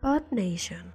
Earth Nation.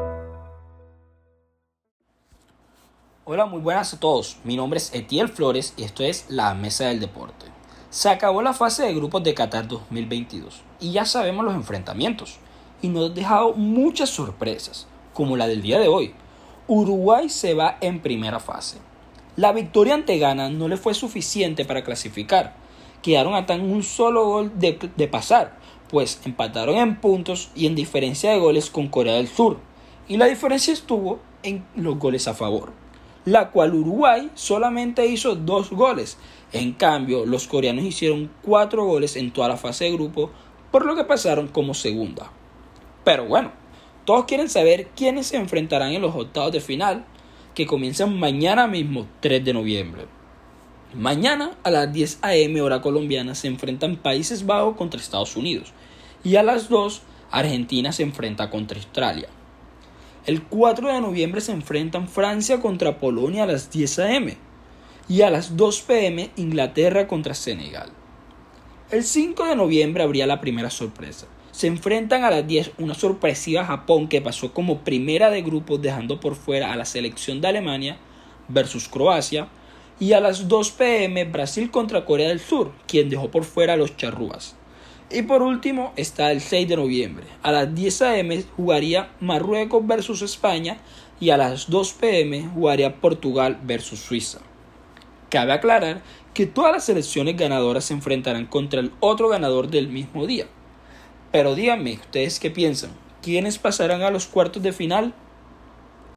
Hola, muy buenas a todos. Mi nombre es Etiel Flores y esto es La Mesa del Deporte. Se acabó la fase de grupos de Qatar 2022 y ya sabemos los enfrentamientos. Y nos ha dejado muchas sorpresas, como la del día de hoy. Uruguay se va en primera fase. La victoria ante Ghana no le fue suficiente para clasificar. Quedaron a tan un solo gol de pasar, pues empataron en puntos y en diferencia de goles con Corea del Sur. Y la diferencia estuvo en los goles a favor, la cual Uruguay solamente hizo 2 goles. En cambio, los coreanos hicieron 4 goles en toda la fase de grupo, por lo que pasaron como segunda. Pero bueno, todos quieren saber quiénes se enfrentarán en los octavos de final, que comienzan mañana mismo, 3 de noviembre. Mañana a las 10 a.m. hora colombiana se enfrentan Países Bajos contra Estados Unidos y a las 2 Argentina se enfrenta contra Australia. El 4 de noviembre se enfrentan Francia contra Polonia a las 10 a.m. y a las 2 p.m. Inglaterra contra Senegal. El 5 de noviembre habría la primera sorpresa. Se enfrentan a las 10 una sorpresiva Japón que pasó como primera de grupos dejando por fuera a la selección de Alemania versus Croacia, y a las 2 p.m. Brasil contra Corea del Sur, quien dejó por fuera a los charrúas. Y por último está el 6 de noviembre. A las 10 a.m. jugaría Marruecos versus España y a las 2 p.m. jugaría Portugal versus Suiza. Cabe aclarar que todas las selecciones ganadoras se enfrentarán contra el otro ganador del mismo día. Pero díganme, ¿ustedes qué piensan? ¿Quiénes pasarán a los cuartos de final?